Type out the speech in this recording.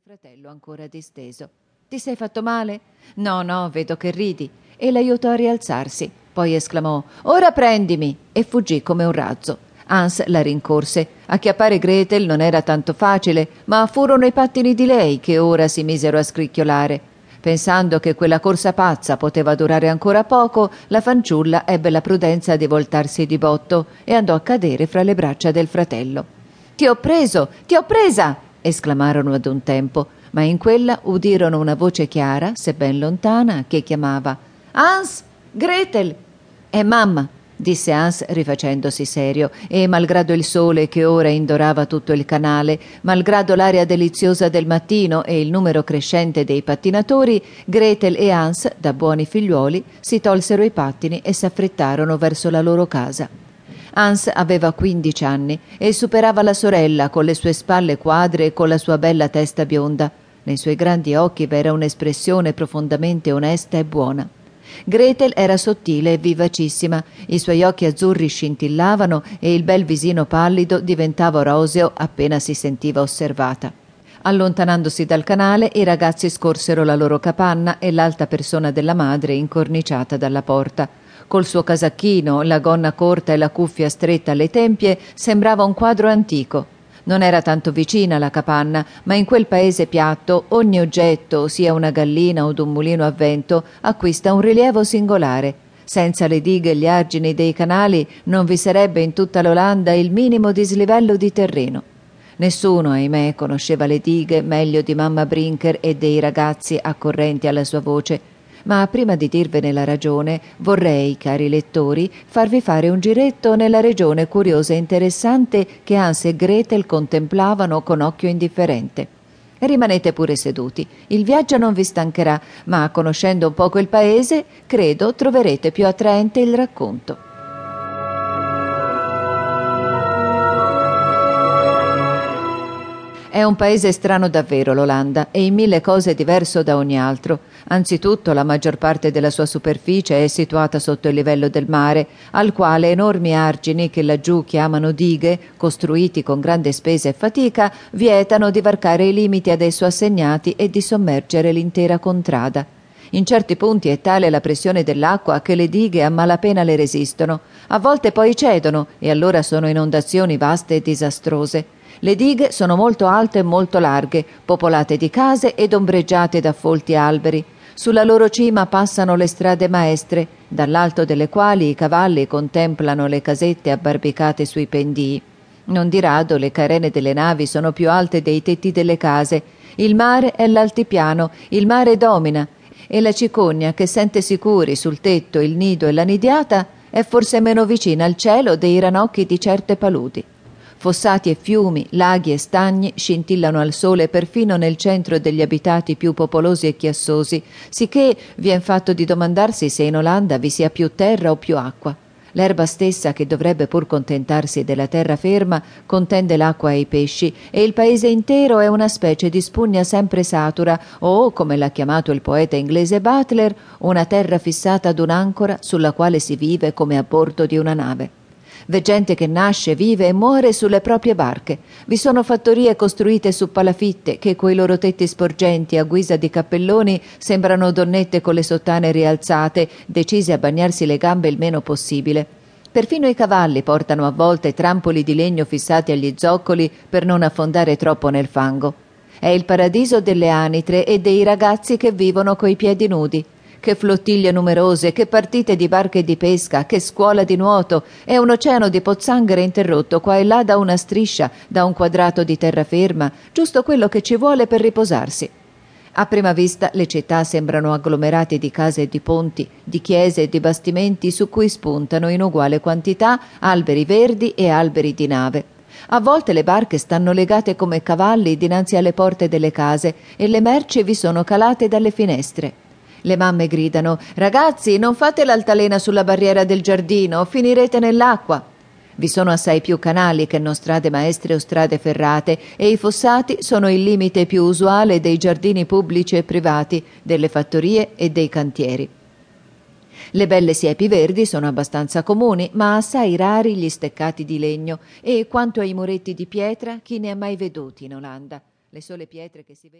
fratello ancora disteso. «Ti sei fatto male?» «No, no, vedo che ridi», e l'aiutò a rialzarsi. Poi esclamò: «Ora prendimi!» e fuggì come un razzo. Hans la rincorse. Acchiappare Gretel non era tanto facile, ma furono i pattini di lei che ora si misero a scricchiolare. Pensando che quella corsa pazza poteva durare ancora poco, la fanciulla ebbe la prudenza di voltarsi di botto e andò a cadere fra le braccia del fratello. «Ti ho preso! Ti ho presa!» esclamarono ad un tempo, ma in quella udirono una voce chiara, sebben lontana, che chiamava: «Hans! Gretel!» «È mamma!» disse Hans rifacendosi serio, e malgrado il sole che ora indorava tutto il canale, malgrado l'aria deliziosa del mattino e il numero crescente dei pattinatori, Gretel e Hans, da buoni figliuoli, si tolsero i pattini e s'affrettarono verso la loro casa. Hans aveva 15 anni e superava la sorella con le sue spalle quadre e con la sua bella testa bionda. Nei suoi grandi occhi v'era un'espressione profondamente onesta e buona. Gretel era sottile e vivacissima, i suoi occhi azzurri scintillavano e il bel visino pallido diventava roseo appena si sentiva osservata. Allontanandosi dal canale, i ragazzi scorsero la loro capanna e l'alta persona della madre incorniciata dalla porta. Col suo casacchino, la gonna corta e la cuffia stretta alle tempie, sembrava un quadro antico. Non era tanto vicina la capanna, ma in quel paese piatto ogni oggetto, sia una gallina o d'un mulino a vento, acquista un rilievo singolare. Senza le dighe e gli argini dei canali non vi sarebbe in tutta l'Olanda il minimo dislivello di terreno. Nessuno, ahimè, conosceva le dighe meglio di mamma Brinker e dei ragazzi accorrenti alla sua voce. Ma prima di dirvene la ragione, vorrei, cari lettori, farvi fare un giretto nella regione curiosa e interessante che Hans e Gretel contemplavano con occhio indifferente. Rimanete pure seduti, il viaggio non vi stancherà, ma conoscendo un poco il paese, credo troverete più attraente il racconto. È un paese strano davvero l'Olanda e in mille cose diverso da ogni altro. Anzitutto la maggior parte della sua superficie è situata sotto il livello del mare, al quale enormi argini che laggiù chiamano dighe, costruiti con grande spesa e fatica, vietano di varcare i limiti ad esso assegnati e di sommergere l'intera contrada. In certi punti è tale la pressione dell'acqua che le dighe a malapena le resistono. A volte poi cedono e allora sono inondazioni vaste e disastrose. Le dighe sono molto alte e molto larghe, popolate di case ed ombreggiate da folti alberi. Sulla loro cima passano le strade maestre, dall'alto delle quali i cavalli contemplano le casette abbarbicate sui pendii. Non di rado le carene delle navi sono più alte dei tetti delle case. Il mare è l'altipiano, il mare domina, e la cicogna che sente sicuri sul tetto il nido e la nidiata è forse meno vicina al cielo dei ranocchi di certe paludi. Fossati e fiumi, laghi e stagni scintillano al sole perfino nel centro degli abitati più popolosi e chiassosi, sicché vien fatto di domandarsi se in Olanda vi sia più terra o più acqua. L'erba stessa, che dovrebbe pur contentarsi della terra ferma, contende l'acqua e i pesci, e il paese intero è una specie di spugna sempre satura, o, come l'ha chiamato il poeta inglese Butler, una terra fissata ad un'ancora sulla quale si vive come a bordo di una nave. V'è gente che nasce, vive e muore sulle proprie barche. Vi sono fattorie costruite su palafitte che coi loro tetti sporgenti a guisa di cappelloni sembrano donnette con le sottane rialzate, decise a bagnarsi le gambe il meno possibile. Perfino i cavalli portano a volte trampoli di legno fissati agli zoccoli per non affondare troppo nel fango. È il paradiso delle anitre e dei ragazzi che vivono coi piedi nudi. Che flottiglie numerose, che partite di barche di pesca, che scuola di nuoto, è un oceano di pozzanghere interrotto qua e là da una striscia, da un quadrato di terraferma, giusto quello che ci vuole per riposarsi. A prima vista le città sembrano agglomerati di case e di ponti, di chiese e di bastimenti su cui spuntano in uguale quantità alberi verdi e alberi di nave. A volte le barche stanno legate come cavalli dinanzi alle porte delle case e le merci vi sono calate dalle finestre. Le mamme gridano: «Ragazzi, non fate l'altalena sulla barriera del giardino, finirete nell'acqua!» Vi sono assai più canali che non strade maestre o strade ferrate, e i fossati sono il limite più usuale dei giardini pubblici e privati, delle fattorie e dei cantieri. Le belle siepi verdi sono abbastanza comuni, ma assai rari gli steccati di legno, e quanto ai muretti di pietra, chi ne ha mai veduti in Olanda? Le sole pietre che si vedono